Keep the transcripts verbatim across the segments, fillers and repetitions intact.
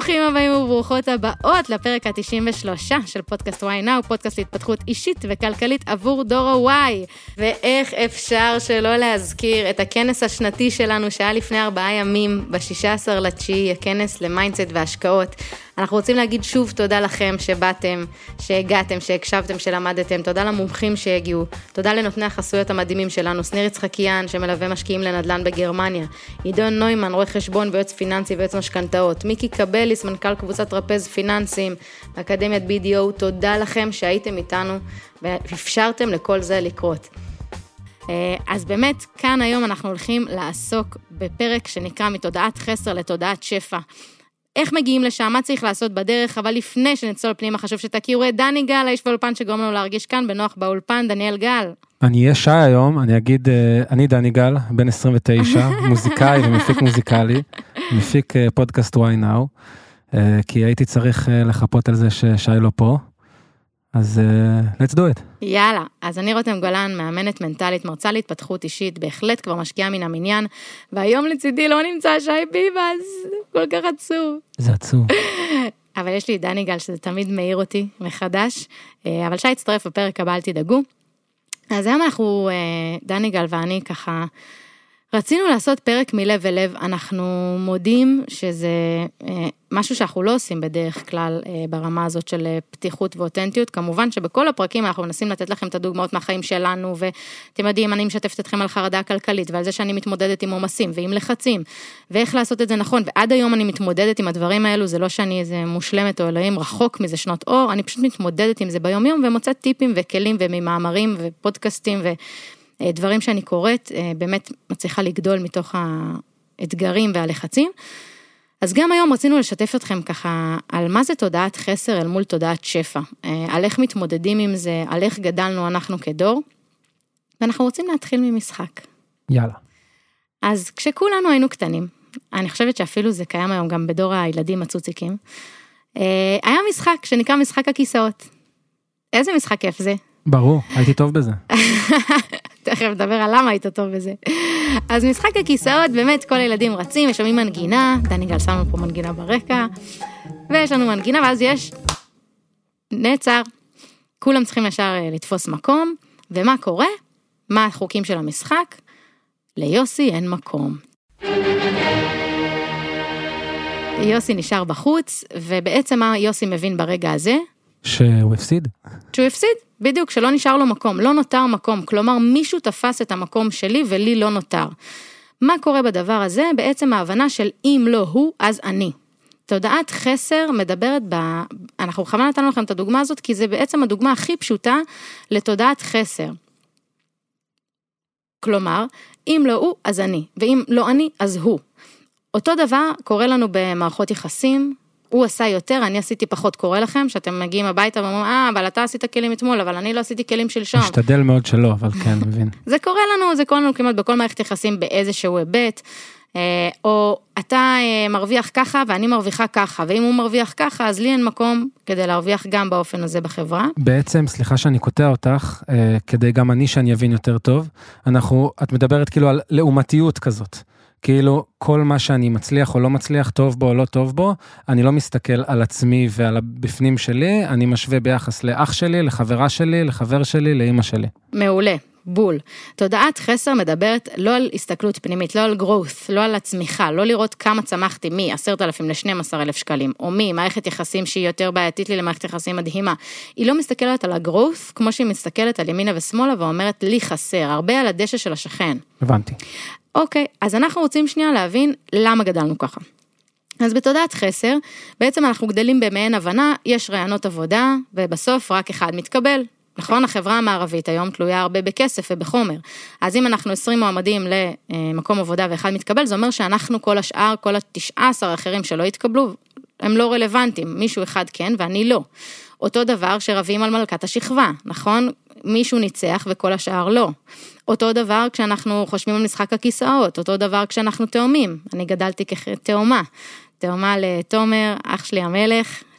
ברוכים הבאים וברוכות הבאות לפרק ה-תשעים ושלוש של פודקאסט וואי נאו, פודקאסט להתפתחות אישית וכלכלית עבור דור ה-וואי. ואיך אפשר שלא להזכיר את הכנס השנתי שלנו שהיה לפני ארבעה ימים, ב-שישה עשר לתשיעי, הכנס למיינדסט והשקעות. אנחנו רוצים להגיד שוב תודה לכם שבאתם, שהגעתם, שהקשבתם, שלמדתם, תודה למומחים שהגיעו, תודה לנותני החסויות המדהימים שלנו, שניר יצחקיאן שמלווה משקיעים לנדל"ן בגרמניה, עידון נוימן, רואה חשבון ויועץ פיננסי ויועץ משכנתאות, מיקי קבליס, מנכ"ל קבוצת טרפז פיננסים, אקדמיית בי די או, תודה לכם שהייתם איתנו ואפשרתם לכל זה לקרות. אז באמת, כאן היום אנחנו הולכים לעסוק בפרק שנקרא מתודעת חסר לתודעת שפע. איך מגיעים לשם, מה צריך לעשות בדרך, אבל לפני שנצלול פנימה חשוב שתכירו את דני גל, האיש באולפן שגורם לנו להרגיש כאן בנוח באולפן, דניאל גל. אני אהיה שי היום, אני אגיד, אני דני גל, בן עשרים ותשע, מוזיקאי ומפיק מוזיקלי, מפיק פודקאסט וואי נאו, כי הייתי צריך לחפות על זה ששי לא פה, אז uh, let's do it. יאללה, אז אני רותם גולן, מאמנת מנטלית, מרצה להתפתחות אישית, בהחלט כבר משקיעה מן המניין, והיום לצידי לא נמצא שי ביבס, כל כך עצוב. זה עצוב. אבל יש לי דני גל שזה תמיד מאיר אותי מחדש, אבל שי יצטרף בפרק הבא, אל תדאגו. אז היום אנחנו, דני גל ואני ככה, רצינו לעשות פרק מלב ולב, אנחנו מודים שזה משהו שאנחנו לא עושים בדרך כלל ברמה הזאת של פתיחות ואותנטיות, כמובן שבכל הפרקים אנחנו מנסים לתת לכם את הדוגמאות מהחיים שלנו, ואתם יודעים, אני משתפת אתכם על חרדה כלכלית, ועל זה שאני מתמודדת עם עומסים ועם לחצים, ואיך לעשות את זה נכון, ועד היום אני מתמודדת עם הדברים האלו, זה לא שאני איזה מושלמת או אלוהים רחוק מזה שנות אור, אני פשוט מתמודדת עם זה ביום יום, ומוצאת טיפים וכלים וממאמרים ופודקאסטים ו... דברים שאני קוראת, באמת מצליחה לגדול מתוך האתגרים והלחצים. אז גם היום רצינו לשתף אתכם ככה על מה זה תודעת חסר אל מול תודעת שפע, על איך מתמודדים עם זה, על איך גדלנו אנחנו כדור, ואנחנו רוצים להתחיל ממשחק. יאללה. אז כשכולנו היינו קטנים, אני חושבת שאפילו זה קיים היום גם בדור הילדים הצוציקים, היה משחק שנקרא משחק הכיסאות. איזה משחק כיף זה? ברור, הייתי טוב בזה. תכף נדבר על למה היית טוב בזה. אז משחק הכיסאות, באמת כל הילדים רצים, ושומעים מנגינה, דני גל שמנו פה מנגינה ברקע, ויש לנו מנגינה, ואז יש נעצר. כולם צריכים ישר לתפוס מקום, ומה קורה? מה החוקים של המשחק? ליוסי אין מקום. יוסי נשאר בחוץ, ובעצם מה יוסי מבין ברגע הזה? שהוא הפסיד. שהוא הפסיד, בדיוק, שלא נשאר לו מקום, לא נותר מקום, כלומר מישהו תפס את המקום שלי ולי לא נותר. מה קורה בדבר הזה? בעצם ההבנה של אם לא הוא, אז אני. תודעת חסר מדברת ב... אנחנו בכוונה נתנו לכם את הדוגמה הזאת, כי זה בעצם הדוגמה הכי פשוטה לתודעת חסר. כלומר, אם לא הוא, אז אני, ואם לא אני, אז הוא. אותו דבר קורה לנו במערכות יחסים, הוא עשה יותר, אני עשיתי פחות. קורה לכם שאתם מגיעים הביתה ואומרים, אה, אבל אתה עשית כלים אתמול, אבל אני לא עשיתי כלים שלשום. משתדל מאוד שלא, אבל כן, מבין. זה קורה לנו, זה קורה לנו כמעט בכל מערכת יחסים באיזשהו היבט, או אתה מרוויח ככה ואני מרוויחה ככה, ואם הוא מרוויח ככה, אז לי אין מקום כדי להרוויח גם באופן הזה בחברה. בעצם, סליחה שאני קוטע אותך, כדי גם אני שאני אבין יותר טוב, אנחנו, את מדברת כאילו על לעומתיות כזאת. כאילו כל מה שאני מצליח או לא מצליח, טוב בו או לא טוב בו, אני לא מסתכל על עצמי ועל הבפנים שלי, אני משווה ביחס לאח שלי, לחברה שלי, לחבר שלי, לאמא שלי. מעולה, בול. תודעת חסר מדברת לא על הסתכלות פנימית, לא על growth, לא על הצמיחה, לא לראות כמה צמחתי מ-עשרת אלפים ל-שנים עשר אלף שקלים, או מי-מערכת יחסים שהיא יותר בעייתית לי למערכת יחסים מדהימה. היא לא מסתכלת על ה-growth, כמו שהיא מסתכלת על ימינה ושמאלה, ואומרת לי חסר, הרבה על הדשא של השכן. הבנתי. אוקיי, אז אנחנו רוצים שנייה להבין למה גדלנו ככה. אז בתודעת חסר, בעצם אנחנו גדלים במעין הבנה, יש רעיונות עבודה, ובסוף רק אחד מתקבל. נכון? החברה המערבית היום תלויה הרבה בכסף ובחומר. אז אם אנחנו עשרים מועמדים למקום עבודה ואחד מתקבל, זה אומר שאנחנו כל השאר, כל ה-תשעה עשר האחרים שלא התקבלו, הם לא רלוונטיים. מישהו אחד כן ואני לא. אותו דבר שרבים על מלכת השכבה, נכון? מישהו ניצח וכל השאר לא. אותו דבר כשאנחנו חושבים על משחק הכיסאות, אותו דבר כשאנחנו תאומים. אני גדלתי כתאומה. תאומה לתומר, אח שלי המלך,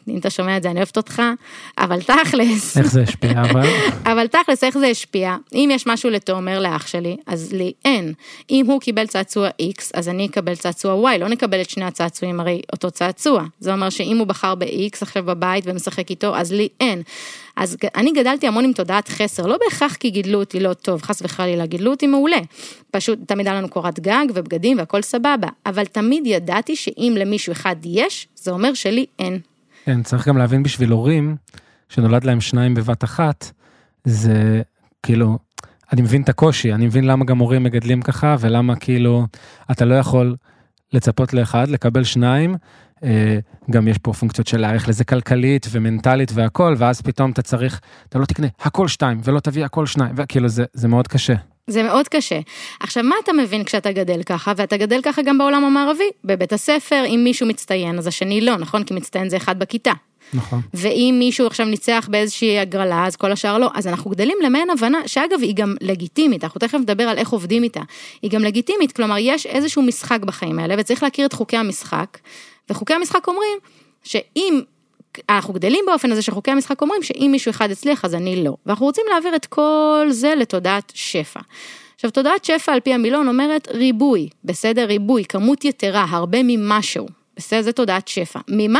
אם אתה שומע את זה, אני אוהבת אותך, אבל תכלס. איך זה השפיע, אבל? אבל תכלס, איך זה השפיע? אם יש משהו לתאומר לאח שלי, אז לי אין. אם הוא קיבל צעצוע X, אז אני אקבל צעצוע Y, לא נקבל את שני הצעצועים, הרי אותו צעצוע. זה אומר שאם הוא בחר ב-X עכשיו בבית ומשחק איתו, אז לי אין. אז אני גדלתי המון עם תודעת חסר, לא בהכרח כי גידלו אותי לא טוב, חס וחלילה, גידלו אותי מעולה. פשוט תמיד היה לנו קורת גג ובגדים והכל סבבה, אבל תמיד ידעתי שאם למישהו אחד יש, זה אומר שלי אין. כן, צריך גם להבין בשביל הורים, שנולד להם שניים בבת אחת, זה כאילו, אני מבין את הקושי, אני מבין למה גם הורים מגדלים ככה, ולמה כאילו, אתה לא יכול לצפות לאחד, לקבל שניים, גם יש פה פונקציות של להערך לזה כלכלית ומנטלית והכל, ואז פתאום אתה צריך, אתה לא תקנה הכל שתיים, ולא תביא הכל שניים, וכאילו זה, זה מאוד קשה. זה מאוד קשה. עכשיו, מה אתה מבין כשאתה גדל ככה, ואתה גדל ככה גם בעולם המערבי? בבית הספר, אם מישהו מצטיין, אז השני לא, נכון? כי מצטיין זה אחד בכיתה. נכון. ואם מישהו עכשיו ניצח באיזושהי הגרלה, אז כל השאר לא. אז אנחנו גדלים למעין הבנה, שאגב, היא גם לגיטימית, אנחנו תכף נדבר על איך עובדים איתה. היא גם לגיטימית, כלומר, יש איזשהו משחק בחיים האלה, וצריך להכיר את חוקי המשחק, וחוקי המשחק אומרים, שאם אנחנו גדלים באופן הזה שחוקי המשחק אומרים, שאם מישהו אחד הצליח, אז אני לא. ואנחנו רוצים להעביר את כל זה לתודעת שפע. עכשיו, תודעת שפע על פי המילון אומרת ריבוי, בסדר? ריבוי, כמות יתרה, הרבה ממשהו. בסדר? זה תודעת שפע. ממה?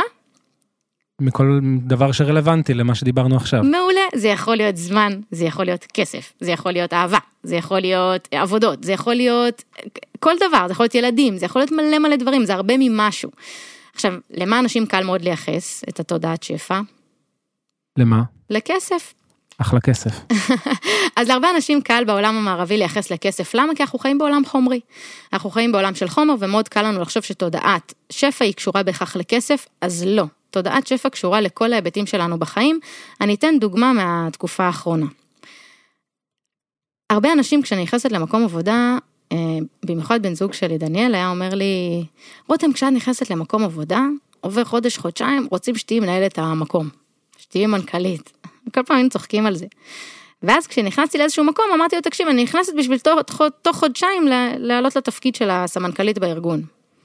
מכל דבר שרלוונטי למה שדיברנו עכשיו. מעולה, זה יכול להיות זמן, זה יכול להיות כסף, זה יכול להיות אהבה, זה יכול להיות עבודות, זה יכול להיות כל דבר, זה יכול להיות ילדים, זה יכול להיות מלא מלא דברים, זה הרבה ממשהו. עכשיו, למה אנשים קל מאוד לייחס את התודעת שפע? למה? לכסף. אחלה כסף. אז להרבה אנשים קל בעולם המערבי לייחס לכסף. למה? כי אנחנו חיים בעולם חומרי. אנחנו חיים בעולם של חומר, ומאוד קל לנו לחשוב שתודעת שפע היא קשורה בכך לכסף, אז לא. תודעת שפע קשורה לכל ההיבטים שלנו בחיים. אני אתן דוגמה מהתקופה האחרונה. הרבה אנשים כשאני נכנסת למקום עבודה, במיוחד בן זוג שלי, דניאל, היה אומר לי, רותם, כשאת נכנסת למקום עבודה, עובר חודש, חודשיים, רוצים שתהי מנהלת המקום, שתהי מנכ"לית. כל פעם היינו צוחקים על זה. ואז כשנכנסתי לאיזשהו מקום, אמרתי לו, תקשיב, אני נכנסת בשביל תוך, תוך חודשיים לעלות לתפקיד של הסמנכ"לית בארגון.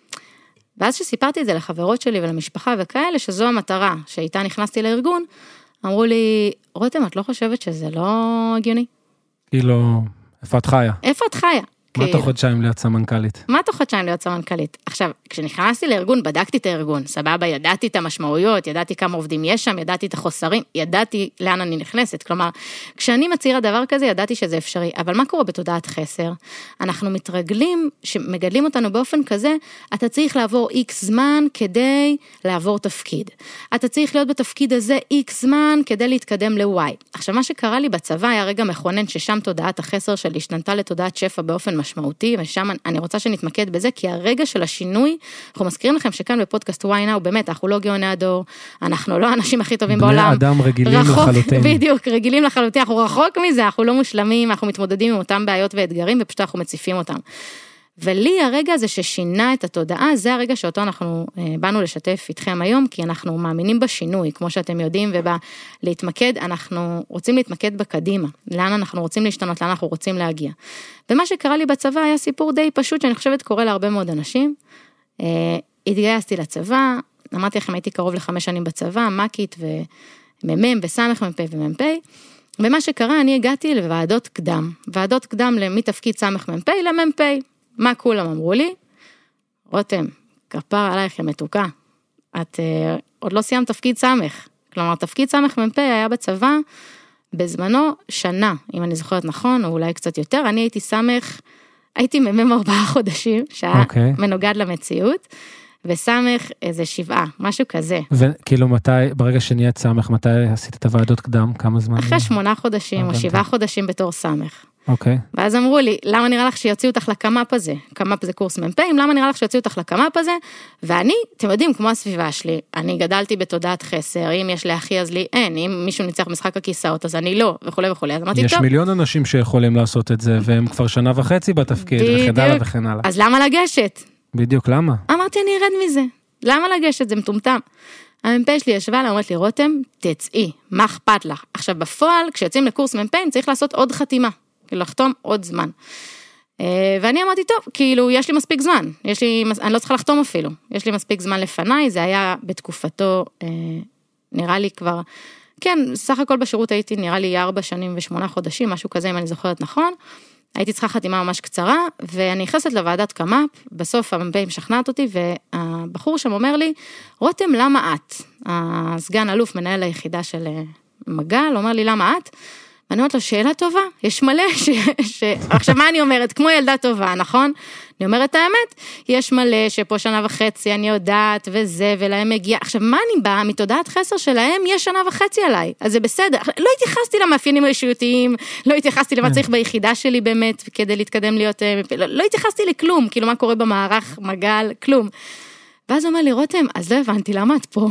ואז שסיפרתי את זה לחברות שלי ולמשפחה וכאלה, שזו המטרה, שאיתה נכנסתי לארגון, אמרו לי, רותם, את לא חושבת שזה לא הגיוני? כאילו, איפה את חיה? איפה את חיה? מה תוך חודשיים להיות סמנכ"לית? מה תוך חודשיים להיות סמנכ"לית? עכשיו, כשנכנסתי לארגון, בדקתי את הארגון, סבבה, ידעתי את המשמעויות, ידעתי כמה עובדים יש שם, ידעתי את החוסרים, ידעתי לאן אני נכנסת. כלומר, כשאני מצהירה דבר כזה, ידעתי שזה אפשרי. אבל מה קורה בתודעת חסר? אנחנו מתרגלים, שמגדלים אותנו באופן כזה, אתה צריך לעבור איקס זמן כדי לעבור תפקיד. אתה צריך להיות בתפקיד הזה איקס זמן כדי להתקדם ל-Y. עכשיו, מה שקרה לי בצבא היה רגע מכונן, ששם תודעת החסר שלי השתנתה לתודעת שפע באופן משמעותי, ושם אני רוצה שנתמקד בזה, כי הרגע של השינוי, אנחנו מזכירים לכם שכאן בפודקאסט וואי נאו, באמת, אנחנו לא גאוני הדור, אנחנו לא האנשים הכי טובים בעולם. בני אדם רגילים לחלוטין. בדיוק, רגילים לחלוטין, אנחנו רחוק מזה, אנחנו לא מושלמים, אנחנו מתמודדים עם אותם בעיות ואתגרים, ופשוט אנחנו מציפים אותם. ולי הרגע הזה ששינה את התודעה, זה הרגע שאותו אנחנו באנו לשתף איתכם היום, כי אנחנו מאמינים בשינוי, כמו שאתם יודעים, ובלהתמקד, אנחנו רוצים להתמקד בקדימה, לאן אנחנו רוצים להשתנות, לאן אנחנו רוצים להגיע. ומה שקרה לי בצבא היה סיפור די פשוט, שאני חושבת קורה להרבה מאוד אנשים. התגייסתי לצבא, אמרתי לכם, הייתי קרוב לחמש שנים בצבא, מקית ומ"מ וסמך מ"פ ומ"פ, ומה שקרה, אני הגעתי לוועדות קדם, ועדות קדם מתפקיד סמך מ"פ למ"פ. מה כולם אמרו לי? רותם, כפר עלייך מתוקה, את uh, עוד לא סיימת תפקיד סמך, כלומר תפקיד סמך מ"פ היה בצבא בזמנו שנה, אם אני זוכרת נכון, או אולי קצת יותר, אני הייתי סמך, הייתי מ"מ ארבעה חודשים, שהיה okay. מנוגד למציאות, וסמך איזה שבעה, משהו כזה. וכאילו מתי, ברגע שנהיית סמך, מתי עשית את הוועדות קדם, כמה זמן? אחרי שמונה חודשים, או שבעה חודשים בתור סמך. אוקיי. ואז אמרו לי, למה נראה לך שיוציאו אותך לקמ"פ הזה? קמ"פ זה קורס מ"פים, למה נראה לך שיוציאו אותך לקמ"פ הזה? ואני, אתם יודעים, כמו הסביבה שלי, אני גדלתי בתודעת חסר, אם יש לאחי אז לי אין, אם מישהו ניצח משחק הכיסאות אז אני לא, וכו' וכו'. אז אמרתי, יש טוב. מיליון אנשים שיכולים לעשות את זה, והם כבר שנה וחצי בתפקיד, וכן הלאה וכן הלאה. אז למה לגשת? בדיוק, למה? אמרתי, אני ארד מזה. למה לגשת? זה מטומטם. המ"פ שלי ישבה לה, אומרת לי, רותם, תצאי, מה אכפת לך? עכשיו, בפועל, כשיוצאים לקורס מ"פים, צריך לעשות עוד חתימה. לחתום עוד זמן. ואני אמרתי, טוב, כאילו, יש לי מספיק זמן, יש לי, אני לא צריכה לחתום אפילו, יש לי מספיק זמן לפניי, זה היה בתקופתו נראה לי כבר, כן, סך הכל בשירות הייתי נראה לי ארבע שנים ושמונה חודשים, משהו כזה אם אני זוכרת נכון, הייתי צריכה חתימה ממש קצרה, ואני נכנסת לוועדת קמ"פ, בסוף המ"פ משכנעת אותי, והבחור שם אומר לי, רותם, למה את? הסגן אלוף, מנהל היחידה של מגל, אומר לי, למה את? ואני אומרת לו, שאלה טובה, יש מלא, ש... ש... עכשיו מה אני אומרת? כמו ילדה טובה, נכון? אני אומרת האמת, יש מלא שפה שנה וחצי אני יודעת וזה, ולהם מגיע, עכשיו מה אני באה? מתודעת חסר שלהם יש שנה וחצי עליי, אז זה בסדר, לא התייחסתי למאפיינים רשויותיים, לא התייחסתי למה צריך ביחידה שלי באמת, כדי להתקדם להיות, לא, לא התייחסתי לכלום, כאילו מה קורה במערך, מגל, כלום. ואז הוא אומר לי, רותם, אז לא הבנתי, למה את פה?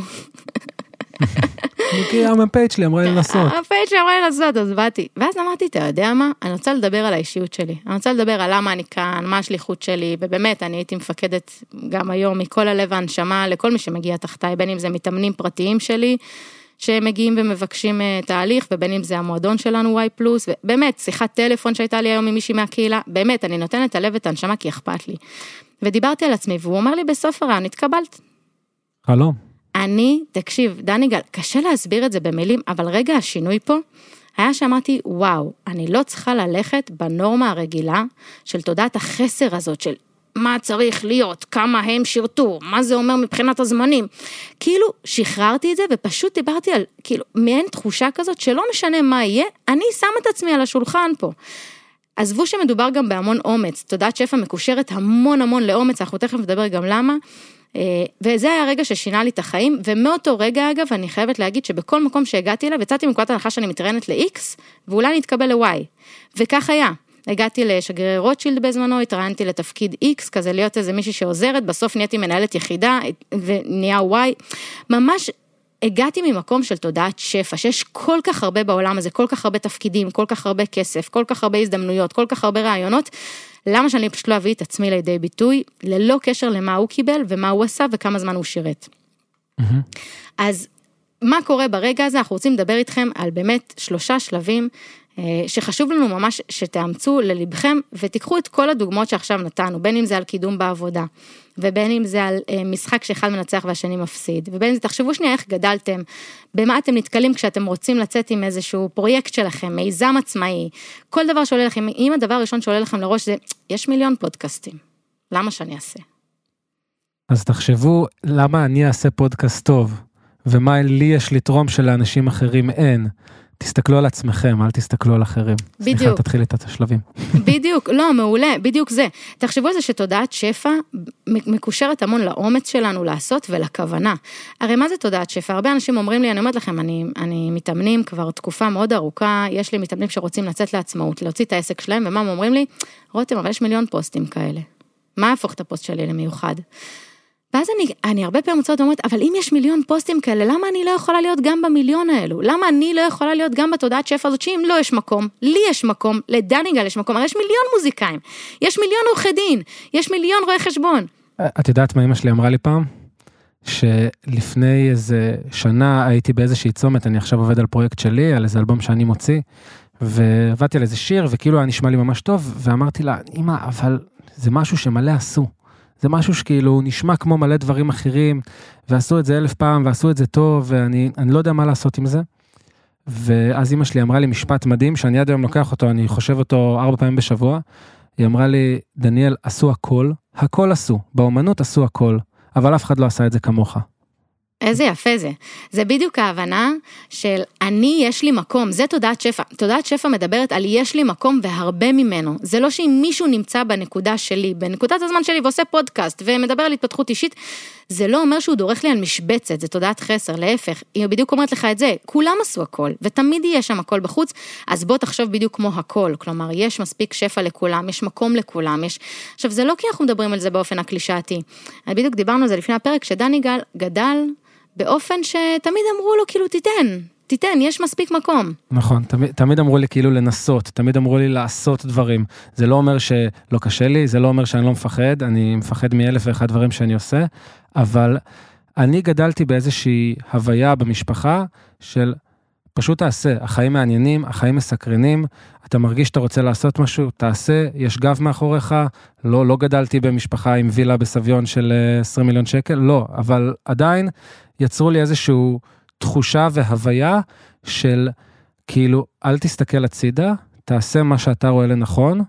כי המפייט שלי אמרה לי לנסות. המפייט שלי אמרה לי לנסות, אז באתי. ואז אמרתי, אתה יודע מה? אני רוצה לדבר על האישיות שלי. אני רוצה לדבר על למה אני כאן, מה השליחות שלי, ובאמת, אני הייתי מפקדת גם היום מכל הלב והנשמה, לכל מי שמגיע תחתיי, בין אם זה מתאמנים פרטיים שלי, שמגיעים ומבקשים תהליך, ובין אם זה המועדון שלנו וואי פלוס, ובאמת, שיחת טלפון שהייתה לי היום עם מישהי מהקהילה, באמת, אני נותנת הלב ואת הנשמה כי אכפת לי. ודיברתי על עצמי, והוא אומר לי בסוף הרעיון, התקבלת. חלום. אני, תקשיב, דניגל, קשה להסביר את זה במילים, אבל רגע השינוי פה, היה שאמרתי, וואו, אני לא צריכה ללכת בנורמה הרגילה, של תודעת החסר הזאת, של מה צריך להיות, כמה הם שירתו, מה זה אומר מבחינת הזמנים, כאילו שחררתי את זה, ופשוט דיברתי על, כאילו, מעין תחושה כזאת, שלא משנה מה יהיה, אני שם את עצמי על השולחן פה. עזבו שמדובר גם בהמון אומץ, תודעת שפע מקושרת המון המון לאומץ, אנחנו תכף נדבר גם למה, וזה היה הרגע ששינה לי את החיים, ומאותו רגע אגב אני חייבת להגיד שבכל מקום שהגעתי אליו, יצאתי מנקודת הנחה שאני מתראיינת ל-X, ואולי נתקבל ל-Y, וכך היה, הגעתי לשגרירי רוטשילד בזמנו, התראיינתי לתפקיד X, כזה להיות איזה מישהי שעוזרת, בסוף נהייתי מנהלת יחידה, ונהיה Y, ממש הגעתי ממקום של תודעת שפע, שיש כל כך הרבה בעולם הזה, כל כך הרבה תפקידים, כל כך הרבה כסף, כל כך הרבה הזדמנויות, כל כך הרבה רעיונות, למה שאני פשוט לא אביא את עצמי לידי ביטוי, ללא קשר למה הוא קיבל, ומה הוא עשה, וכמה זמן הוא שירת. אז מה קורה ברגע הזה? אנחנו רוצים לדבר איתכם על באמת שלושה שלבים, שחשוב לנו ממש שתאמצו ללבכם, ותיקחו את כל הדוגמאות שעכשיו נתנו, בין אם זה על קידום בעבודה, ובין אם זה על משחק שאחד מנצח והשני מפסיד, ובין אם זה תחשבו שנייה איך גדלתם, במה אתם נתקלים כשאתם רוצים לצאת עם איזשהו פרויקט שלכם, מיזם עצמאי, כל דבר שעולה לכם, אם הדבר הראשון שעולה לכם לראש זה, יש מיליון פודקאסטים, למה שאני אעשה? אז תחשבו למה אני אעשה פודקאסט טוב, ומה לי יש לתרום שלאנשים אחרים אין, תסתכלו על עצמכם, אל תסתכלו על אחרים. בדיוק. סליחה, תתחיל את השלבים. בדיוק, לא, מעולה, בדיוק זה. תחשבו על זה שתודעת שפע מקושרת המון לאומץ שלנו לעשות ולכוונה. הרי מה זה תודעת שפע? הרבה אנשים אומרים לי, אני אומרת לכם, אני, אני מתאמנים כבר תקופה מאוד ארוכה, יש לי מתאמנים שרוצים לצאת לעצמאות, להוציא את העסק שלהם, ומה הם אומרים לי? רותם, אבל יש מיליון פוסטים כאלה. מה הפוך את הפוסט שלי למיוחד? ואז אני, אני הרבה פעמים מוצאות ואומרת, אבל אם יש מיליון פוסטים כאלה, למה אני לא יכולה להיות גם במיליון האלו? למה אני לא יכולה להיות גם בתודעת שפע הזאת, שאם לא יש מקום, לי יש מקום, לדניגל יש מקום, הרי יש מיליון מוזיקאים, יש מיליון עורכי דין, יש מיליון רואי חשבון. את יודעת מה אמא שלי אמרה לי פעם? שלפני איזה שנה הייתי באיזושהי צומת, אני עכשיו עובד על פרויקט שלי, על איזה אלבום שאני מוציא, ועבדתי על איזה שיר, וכאילו היה נשמע לי ממש טוב, ואמרתי לה, אמא, אבל זה משהו שמלא עשו. זה משהו שכאילו נשמע כמו מלא דברים אחרים, ועשו את זה אלף פעם, ועשו את זה טוב, ואני אני לא יודע מה לעשות עם זה. ואז אמא שלי אמרה לי משפט מדהים, שאני עד היום לוקח אותו, אני חושב אותו ארבע פעמים בשבוע, היא אמרה לי, דניאל, עשו הכל, הכל עשו, באומנות עשו הכל, אבל אף אחד לא עשה את זה כמוך. איזה יפה זה. זה בדיוק ההבנה של אני יש לי מקום, זה תודעת שפע. תודעת שפע מדברת על יש לי מקום והרבה ממנו. זה לא שאם מישהו נמצא בנקודה שלי, בנקודת הזמן שלי ועושה פודקאסט ומדבר על התפתחות אישית, זה לא אומר שהוא דורך לי על משבצת, זה תודעת חסר, להפך. היא בדיוק אומרת לך את זה, כולם עשו הכל, ותמיד יהיה שם הכל בחוץ, אז בוא תחשוב בדיוק כמו הכל, כלומר, יש מספיק שפע לכולם, יש מקום לכולם, יש... עכשיו, זה לא כי אנחנו מדברים על זה באופן הקלישאתי. בדיוק דיברנו על זה לפני הפרק, שדניגל גדל באופן שתמיד אמרו לו, כאילו, תיתן, תיתן, יש מספיק מקום. נכון, תמיד, תמיד אמרו לי כאילו לנסות, תמיד אמרו לי לעשות דברים. זה לא אומר שלא קשה לי, זה לא אומר שאני לא מפחד, אני מפחד מאלף ואחד דברים שאני עושה, אבל אני גדלתי באיזושהי הוויה במשפחה של פשוט תעשה, החיים מעניינים, החיים מסקרנים, אתה מרגיש שאתה רוצה לעשות משהו, תעשה, יש גב מאחוריך, לא, לא גדלתי במשפחה עם וילה בסביון של עשרים מיליון שקל, לא, אבל עדיין יצרו לי איזשהו תחושה והוויה של כאילו, אל תסתכל הצידה, תעשה מה שאתה רואה לנכון,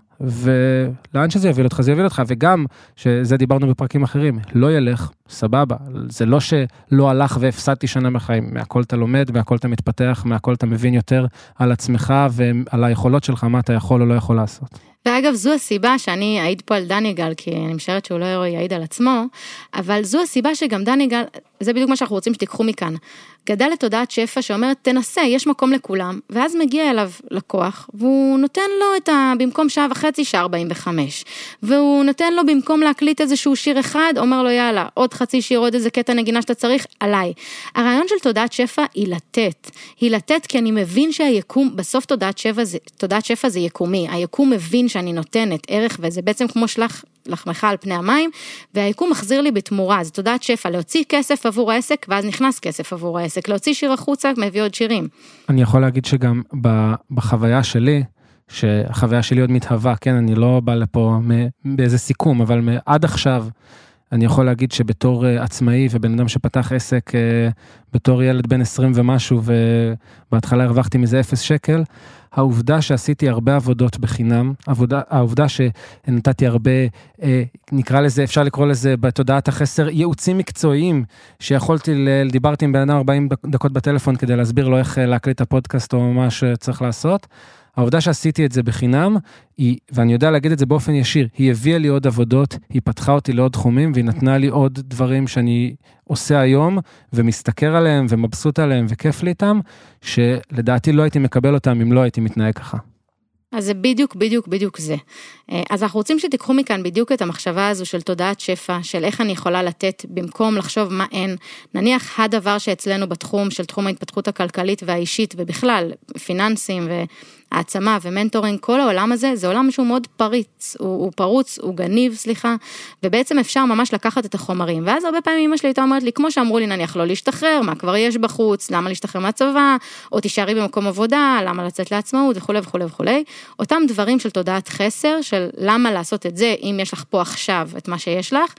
ולאן שזה יביא אותך, זה יביא אותך, וגם, שזה דיברנו בפרקים אחרים, לא ילך, סבבה, זה לא שלא הלך והפסדתי שנה בחיים, מהכל אתה לומד, מהכל אתה מתפתח, מהכל אתה מבין יותר על עצמך, ועל היכולות שלך, מה אתה יכול או לא יכול לעשות. ואגב, זו הסיבה שאני אעיד פה על דניגל, כי אני משערת שהוא לא יעיד על עצמו, אבל זו הסיבה שגם דניגל, זה בדיוק מה שאנחנו רוצים שתיקחו מכאן, גדל לתודעת שפע שאומרת, תנסה, יש מקום לכולם, ואז מגיע אליו לקוח, והוא נותן לו את ה... במקום שעה וחצי, שעה ארבעים וחמש, והוא נותן לו במקום להקליט איזשהו שיר אחד, אומר לו, יאללה, עוד חצי שיר, עוד איזה קטע נגינה שאתה צריך, עליי. הרעיון של תודעת שפע היא לתת, היא לתת כי אני מבין שהיקום, בסוף תודעת שפע זה, תודעת שפע זה יקומי, היקום מבין שאני נותנת ערך, וזה בעצם כמו שלח לחמך על פני המים, והיקום מחזיר לי בתמורה, זה תודעת שפע, להוציא כסף עבור העסק, ואז נכנס כסף עבור העסק, להוציא שיר החוצה, מביא עוד שירים. אני יכול להגיד שגם בחוויה שלי, שהחוויה שלי עוד מתהווה, כן, אני לא בא לפה באיזה סיכום, אבל עד עכשיו, אני יכול להגיד שבתור עצמאי, ובן אדם שפתח עסק, בתור ילד בן עשרים ומשהו, ובהתחלה הרווחתי מזה אפס שקל, העובדה שעשיתי הרבה עבודות בחינם, העובדה, העובדה שנתתי הרבה, נקרא לזה, אפשר לקרוא לזה בתודעת החסר, ייעוצים מקצועיים, שיכולתי, דיברתי עם בן אדם ארבעים דקות בטלפון, כדי להסביר לו איך להקליט את הפודקאסט, או מה שצריך לעשות, העובדה שעשיתי את זה בחינם, היא, ואני יודע להגיד את זה באופן ישיר, היא הביאה לי עוד עבודות, היא פתחה אותי לעוד תחומים, והיא נתנה לי עוד דברים שאני עושה היום, ומסתכר עליהם, ומבסוט עליהם, וכיף לי איתם, שלדעתי לא הייתי מקבל אותם, אם לא הייתי מתנהג ככה. אז זה בדיוק, בדיוק, בדיוק זה. אז אנחנו רוצים שתיקחו מכאן בדיוק את המחשבה הזו של תודעת שפע, של איך אני יכולה לתת, במקום לחשוב מה אין, נניח הדבר שאצלנו בתחום של תחום ההתפתחות הכלכלית והאישית, ובכלל, פיננסים והעצמה ומנטורינג, כל העולם הזה, זה עולם שהוא מאוד פריץ, הוא, הוא פרוץ, הוא גניב, סליחה, ובעצם אפשר ממש לקחת את החומרים, ואז הרבה פעמים אמא שלי הייתה אומרת לי, כמו שאמרו לי, נניח לא להשתחרר, מה כבר יש בחוץ, למה להשתחרר מהצבא, או תישארי במקום עבודה, למה לצאת לעצמאות, וכו' וכו' וכו'. אותם דברים של תודעת חסר, של למה לעשות את זה, אם יש לך פה עכשיו את מה שיש לך,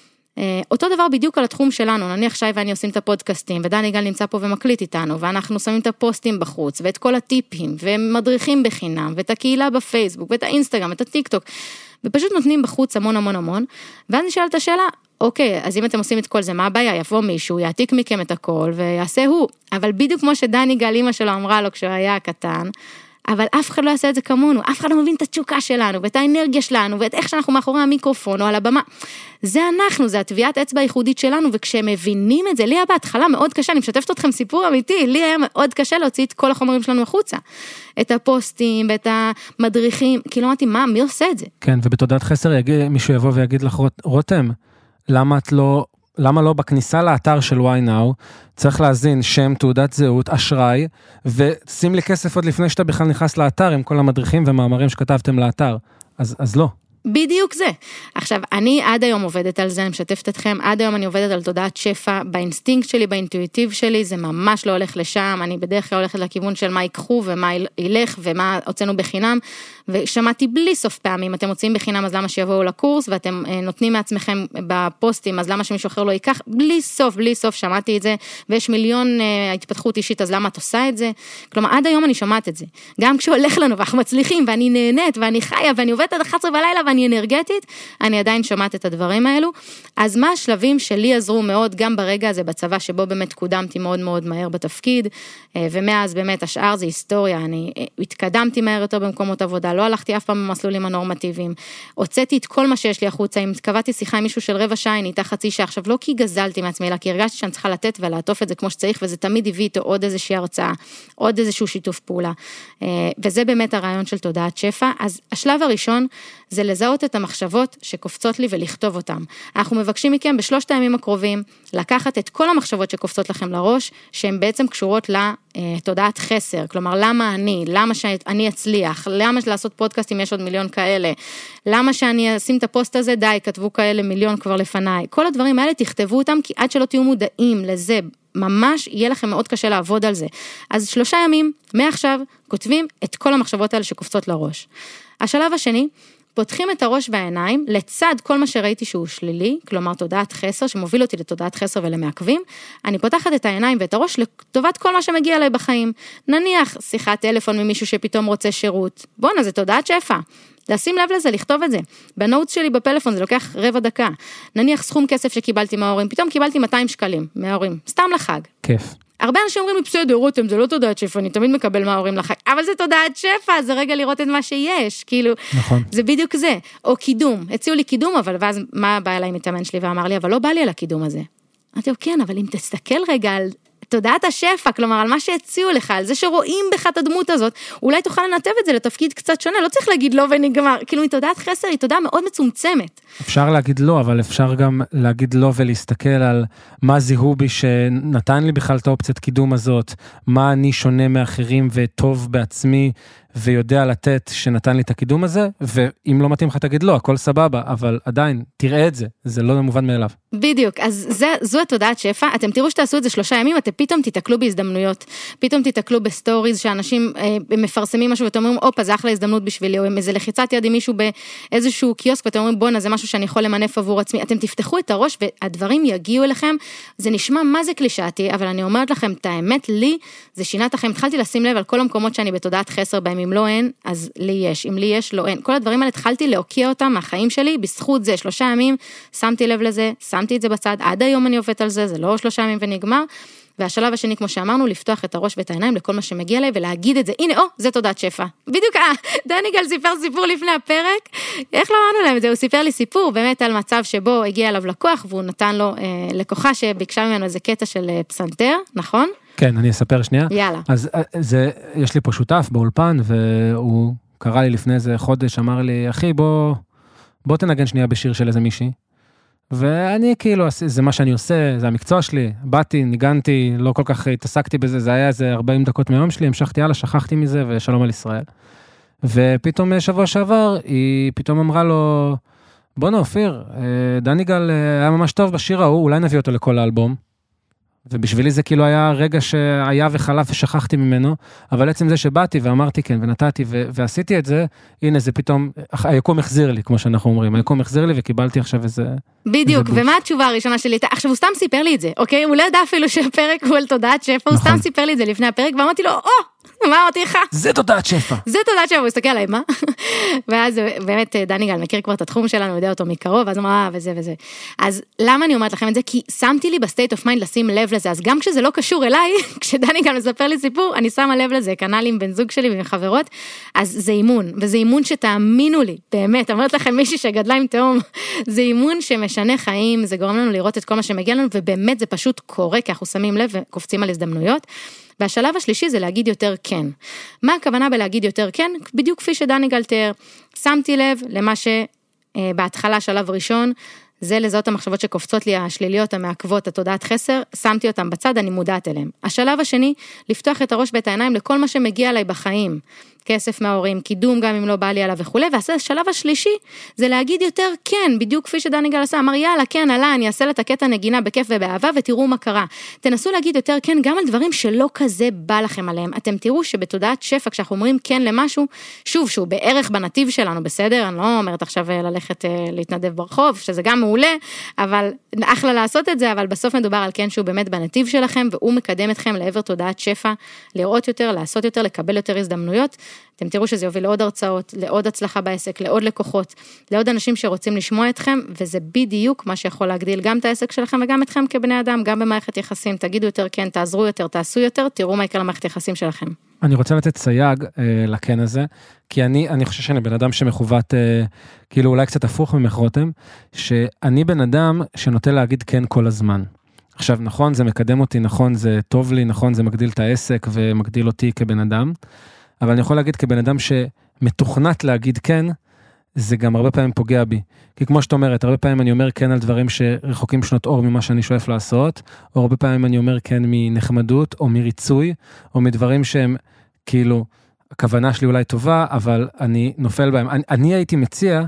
אותו דבר בדיוק על התחום שלנו, נניח שי ואני עושים את הפודקאסטים, ודניגל נמצא פה ומקליט איתנו, ואנחנו שמים את הפוסטים בחוץ, ואת כל הטיפים, ומדריכים בחינם, ואת הקהילה בפייסבוק, ואת האינסטגרם, ואת הטיק טוק, ופשוט נותנים בחוץ המון המון המון, ואז נשאלת השאלה, אוקיי, אז אם אתם עושים את כל זה, מה הבעיה? יבוא מישהו, יעתיק מכם את הכל, ויעשה הוא, אבל בדיוק כמו שדניגל, אמא שלו אמרה לו כשהוא היה קטן, אבל אף אחד לא יעשה את זה כמונו, אף אחד לא מבין את התשוקה שלנו, ואת האנרגיה שלנו, ואת איך שאנחנו מאחורי המיקרופון, או על הבמה. זה אנחנו, זה הטביעת אצבע הייחודית שלנו, וכשהם מבינים את זה, לי היה בהתחלה מאוד קשה, אני משתפת אתכם סיפור אמיתי, לי היה מאוד קשה להוציא את כל החומרים שלנו החוצה. את הפוסטים, ואת המדריכים, כאילו אמרתי, מה, מי עושה את זה? כן, ובתודעת חסר יגיד, מישהו יבוא ויגיד לך, רותם, למה את לא... למה לא בכניסה לאתר של וואי נאו, צריך להזין שם, תעודת זהות, אשראי, ושים לי כסף עוד לפני שאתה בכלל נכנס לאתר, עם כל המדריכים ומאמרים שכתבתם לאתר. אז, אז לא. בדיוק זה. עכשיו, אני עד היום עובדת על זה, אני משתפת אתכם, עד היום אני עובדת על תודעת שפע, באינסטינקט שלי, באינטואיטיב שלי, זה ממש לא הולך לשם, אני בדרך כלל הולכת לכיוון של מה ייקחו, ומה ילך, ומה הוצאנו בחינם, ושמעתי בלי סוף פעמים, אתם מוצאים בחינם, אז למה שיבואו לקורס, ואתם נותנים מעצמכם בפוסטים, אז למה שמישהו אחר לא ייקח, בלי סוף, בלי סוף שמעתי את זה, ויש מיליון התפתחות אישית, אז למה את עושה את זה? כלומר, עד היום אני שמעת את זה. גם כשהולך לנו, ואנחנו מצליחים, ואני נהנית, ואני חיה, ואני עובדת עד אחת עשרה בלילה, ואני אנרגטית, אני עדיין שומעת את הדברים האלו. אז מה השלבים שלי עזרו מאוד, גם ברגע הזה בצבא, שבו באמת קודמתי מאוד מאוד מהר בתפקיד, ומאז באמת השאר זה היסטוריה, אני התקדמתי מהר יותר במקומות עבודה, לא הלכתי אף פעם במסלולים הנורמטיביים, הוצאתי את כל מה שיש לי החוצה, אם קבעתי שיחה עם מישהו של רבע שעה, אני איתה חצי שעה, עכשיו לא כי גזלתי מעצמי, אלא כי הרגשתי שאני צריכה לתת ולעטוף את זה כמו שצריך, וזה תמיד הביא איתו עוד איזושהי הרצאה, עוד איזשהו שיתוף פעולה, וזה באמת הרעיון של תודעת שפע. אז השלב הראשון זה לזהות את המחשבות שקופצות לי ולכתוב אותם. אנחנו מבקשים מכם בשלושת הימים הקרובים, לקחת את כל המחשבות שקופצות לכם לראש, שהן בעצם קשורות לתודעת חסר, כלומר, למה אני, למה שאני אצליח, למה לעשות פודקאסט אם יש עוד מיליון כאלה, למה שאני אשים את הפוסט הזה, די, כתבו כאלה מיליון כבר לפניי, כל הדברים האלה תכתבו אותם, כי עד שלא תהיו מודעים לזה, ממש יהיה לכם מאוד קשה לעבוד על זה. אז שלושה ימים, מעכשיו, כותבים את כל המחשבות האלה שקופצות לראש. השלב השני, פותחים את הראש והעיניים, לצד כל מה שראיתי שהוא שלילי, כלומר תודעת חסר, שמוביל אותי לתודעת חסר ולמעכבים, אני פותחת את העיניים ואת הראש לטובת כל מה שמגיע אליי בחיים. נניח שיחת טלפון ממישהו שפתאום רוצה שירות. בוא'נה, זה תודעת שפע. לשים לב לזה, לכתוב את זה. בנוטס שלי בפלאפון זה לוקח רבע דקה. נניח סכום כסף שקיבלתי מההורים, פתאום קיבלתי מאתיים שקלים מההורים, סתם לחג. כיף. הרבה אנשים אומרים לי, בסדר, רותם, זה לא תודעת שפע, אני תמיד מקבל מההורים לחג, אבל זה תודעת שפע, זה רגע לראות את מה שיש, כאילו, נכון. זה בדיוק זה. או קידום, הציעו לי קידום, אבל ואז מה בא אליי מתאמן שלי ואמר לי, אבל לא בא לי על הקידום הזה. אמרתי לו, כן, אבל אם תסתכל רגע על תודעת השפע, כלומר, על מה שהציעו לך, על זה שרואים בך את הדמות הזאת, אולי תוכל לנתב את זה לתפקיד קצת שונה, לא צריך להגיד לא ונגמר, כאילו, מתודעת חסר היא תודעה מאוד מצומצמת. אפשר להגיד לא, אבל אפשר גם להגיד לא ולהסתכל על מה זיהו בי שנתן לי בכלל את האופציית קידום הזאת, מה אני שונה מאחרים וטוב בעצמי, ויודע לתת שנתן לי את הקידום הזה, ואם לא מתאים לך תגיד לא, הכל סבבה, אבל עדיין, תראה את זה, זה לא מובן מאליו. בדיוק, אז זה, זו התודעת שפע, אתם תראו שתעשו את זה שלושה ימים, אתם פתאום תתקלו בהזדמנויות, פתאום תתקלו בסטוריז, שאנשים אה, מפרסמים משהו, ואתם אומרים, אופה, זה אחלה הזדמנות בשבילי, או איזה לחיצת יד עם מישהו באיזשהו קיוסק, ואתם אומרים, בונה, זה משהו שאני יכול למנף עבור עצמי, אתם תפתחו את הראש, והדברים יגיעו אליכם, זה נשמע מה זה קלישאתי, אבל אני אומרת לכם, את האמת, לי, זה שינה את החיים, התחלתי לשים לב על כל המקומות שאני בתודעת חסר בהם, אם לא אין, אז לי יש, אם לי יש, לא אין. כל הדברים האלה התחלתי להוקיע אותם מהחיים שלי, בזכות זה, שלושה ימים, שמתי לב לזה, שמתי את זה בצד, עד היום אני עובדת על זה, זה לא שלושה ימים ונגמר, והשלב השני, כמו שאמרנו, לפתוח את הראש ואת העיניים לכל מה שמגיע אליי, ולהגיד את זה, הנה, או, זה תודעת שפע. בדיוק, אה, דניגל סיפר סיפור לפני הפרק, איך לא אמרנו להם את זה? הוא סיפר לי סיפור, באמת על מצב שבו הגיע אליו לקוח, והוא נתן לו אה, לקוחה שביקשה ממנו איזה קטע של אה, פסנתר, נכון? כן, אני אספר שנייה. יאללה. אז זה, יש לי פה שותף באולפן, והוא קרא לי לפני איזה חודש, אמר לי, אחי, בוא, בוא תנגן שנייה בשיר של איזה מישהי. ואני כאילו, זה מה שאני עושה, זה המקצוע שלי, באתי, ניגנתי, לא כל כך התעסקתי בזה, זה היה איזה ארבעים דקות מהיום שלי, המשכתי הלאה, שכחתי מזה, ושלום על ישראל. ופתאום שבוע שעבר, היא פתאום אמרה לו, בוא נאופיר, דניגל היה ממש טוב בשיר ההוא, אולי נביא אותו לכל האלבום. ובשבילי זה כאילו היה רגע שהיה וחלף ושכחתי ממנו, אבל עצם זה שבאתי ואמרתי כן ונתתי ו- ועשיתי את זה, הנה זה פתאום, היקום החזיר לי, כמו שאנחנו אומרים, היקום החזיר לי וקיבלתי עכשיו איזה... בדיוק, ומה התשובה הראשונה שלי? עכשיו הוא סתם סיפר לי את זה, אוקיי? הוא לא ידע אפילו שהפרק הוא על תודעת שפע, הוא סתם סיפר לי את זה לפני הפרק, ואמרתי לו, או! מה אמרתי לך? זה תודעת שפע. זה תודעת שפע, הוא הסתכל עליי, מה? ואז באמת דניגל מכיר כבר את התחום שלנו, יודע אותו מקרוב, אז אמרה, וזה וזה. אז למה אני אומרת לכם את זה? כי שמתי לי בסטייט אוף מיינד לשים לב לזה, אז גם כשזה לא קשור אליי, כשדניגל מספר לי סיפור, אני שמה לב לזה, כנ"ל עם בן זוג שלי ועם חברות, אז זה אימון, וזה אימון שתאמינו לי, באמת, אמרת לכם מישהי שגדלה עם תאום, זה אימון שמשנה חיים, זה גורם לנו לראות את כל מה שמגיע לנו, ובאמת זה פשוט קורה, כי אנחנו שמים לב וקופצים על הזדמנויות. והשלב השלישי זה להגיד יותר כן. מה הכוונה בלהגיד יותר כן? בדיוק כפי שדניגל תיאר, שמתי לב למה שבהתחלה שלב ראשון, זה לזהות המחשבות שקופצות לי, השליליות, המעכבות, התודעת חסר, שמתי אותם בצד, אני מודעת אליהם. השלב השני, לפתוח את הראש ואת העיניים לכל מה שמגיע אליי בחיים. כסף מההורים, קידום גם אם לא בא לי עליו וכו'. והשלב השלישי, זה להגיד יותר כן, בדיוק כפי שדניגל עשה, אמר יאללה, כן, עלה, אני אעשה לה הקטע נגינה בכיף ובאהבה, ותראו מה קרה. תנסו להגיד יותר כן, גם על דברים שלא כזה בא לכם עליהם. אתם תראו שבתודעת שפע, כשאנחנו אומרים כן למשהו, שוב, שהוא בערך בנתיב שלנו, בסדר? אני לא אומרת עכשיו ללכת להתנדב ברחוב, שזה גם מעולה, אבל אחלה לעשות את זה, אבל בסוף מדובר על כן שהוא באמת בנתיב שלכם, והוא מקדם אתכם לעבר תודעת שפע, לראות יותר, לעשות יותר, לקבל יותר הזדמנויות. אתם תראו שזה יוביל לעוד הרצאות, לעוד הצלחה בעסק, לעוד לקוחות, לעוד אנשים שרוצים לשמוע אתכם, וזה בדיוק מה שיכול להגדיל גם את העסק שלכם וגם אתכם כבני אדם, גם במערכת יחסים, תגידו יותר כן, תעזרו יותר, תעשו יותר, תראו מה יקרה למערכת יחסים שלכם. אני רוצה לתת סייג אה, לכן הזה, כי אני, אני חושב שאני בן אדם שמחוות, אה, כאילו אולי קצת הפוך ממחרותם, שאני בן אדם שנוטה להגיד כן כל הזמן. עכשיו, נכון, זה מקדם אותי, נכון, זה טוב לי, נכון, זה מגדיל את העסק ומגדיל אותי כבן אדם, אבל אני יכול להגיד כבן אדם שמתוכנת להגיד כן, זה גם הרבה פעמים פוגע בי. כי כמו שאת אומרת, הרבה פעמים אני אומר כן על דברים שרחוקים שנות אור ממה שאני שואף לעשות, או הרבה פעמים אני אומר כן מנחמדות, או מריצוי, או מדברים שהם כאילו, הכוונה שלי אולי טובה, אבל אני נופל בהם. אני, אני הייתי מציע,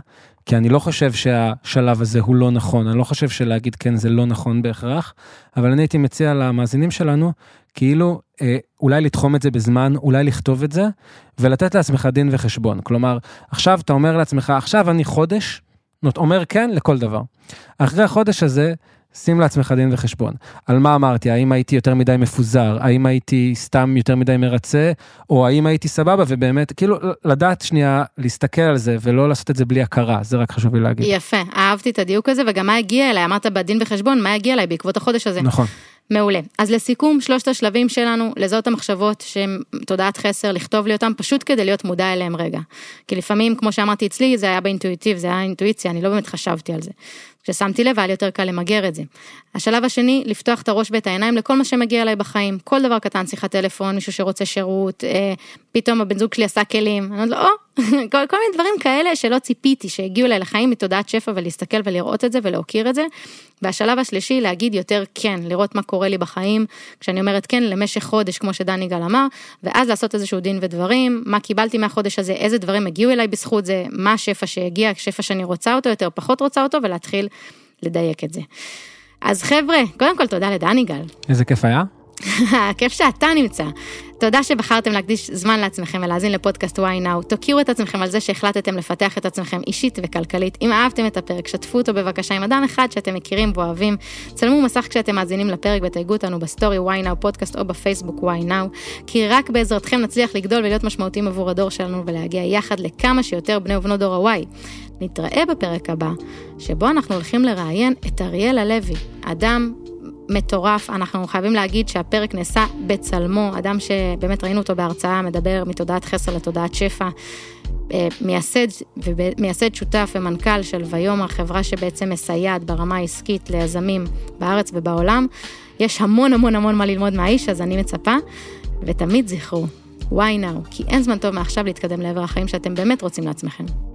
כי אני לא חושב שהשלב הזה הוא לא נכון, אני לא חושב שלהגיד כן זה לא נכון בהכרח, אבל אני הייתי מציע למאזינים שלנו, כאילו אולי לתחום את זה בזמן, אולי לכתוב את זה, ולתת לעצמך דין וחשבון. כלומר, עכשיו אתה אומר לעצמך, עכשיו אני חודש, אומר כן לכל דבר. אחרי החודש הזה, שים לעצמך דין וחשבון. על מה אמרתי? האם הייתי יותר מדי מפוזר? האם הייתי סתם יותר מדי מרצה? או האם הייתי סבבה? ובאמת, כאילו, לדעת שנייה, להסתכל על זה, ולא לעשות את זה בלי הכרה. זה רק חשוב לי להגיד. יפה, אהבתי את הדיוק הזה, וגם מה הגיע אליי? אמרת בדין וחשבון, מה הגיע אליי בעקבות החודש הזה? נכון. מעולה. אז לסיכום, שלושת השלבים שלנו, לזהות המחשבות שהן תודעת חסר, לכתוב לי אותם, פשוט כדי להיות מודע אליהם רגע. כי לפעמים, כמו שאמרתי אצלי, זה היה באינטואיטיב, זה היה אינטואיציה, אני לא באמת חשבתי על זה. כששמתי לב, היה לי יותר קל למגר את זה. השלב השני, לפתוח את הראש ואת העיניים לכל מה שמגיע אליי בחיים. כל דבר קטן, שיחת טלפון, מישהו שרוצה שירות, אה, פתאום הבן זוג שלי עשה כלים. אני אומרת לו, או, כל, כל מיני דברים כאלה שלא ציפיתי, שהגיעו אליי לחיים מתודעת שפע, ולהסתכל ולראות את זה ולהוקיר את זה. והשלב השלישי, להגיד יותר כן, לראות מה קורה לי בחיים, כשאני אומרת כן, למשך חודש, כמו שדני גל אמר, ואז לעשות איזשהו דין ודברים, מה קיבלתי מהחודש הזה, איזה דברים הגיעו אליי בזכות זה, מה השפע שהגיע, שפע שאני רוצה אותו, יותר פחות רוצה אותו, ולהתחיל לדייק את זה. אז חבר'ה, קודם כל תודה לדני גל. איזה כיף היה? כיף שאתה נמצא. תודה שבחרתם להקדיש זמן לעצמכם ולהזין לפודקאסט Why Now. תוקירו את עצמכם על זה שהחלטתם לפתח את עצמכם אישית וכלכלית. אם אהבתם את הפרק, שתפו אותו בבקשה עם אדם אחד שאתם מכירים ואוהבים. צלמו מסך כשאתם מאזינים לפרק ותייגו אותנו בסטורי Why Now פודקאסט או בפייסבוק Why Now, כי רק בעזרתכם נצליח לגדול ולהיות משמעותיים עבור הדור שלנו ולהגיע יחד לכמה שיותר בני ובנות דור ה-Y. נתראה בפרק הבא, שבו אנחנו הולכים לראיין את אריאל הלוי, אדם מטורף. אנחנו חייבים להגיד שהפרק נעשה בצלמו, אדם שבאמת ראינו אותו בהרצאה, מדבר מתודעת חסר לתודעת שפע, מייסד, ומייסד שותף ומנכ"ל של ויום, החברה שבעצם מסייעת ברמה העסקית ליזמים בארץ ובעולם. יש המון המון המון מה ללמוד מהאיש, אז אני מצפה, ותמיד זכרו, why now? כי אין זמן טוב מעכשיו להתקדם לעבר החיים שאתם באמת רוצים לעצמכם.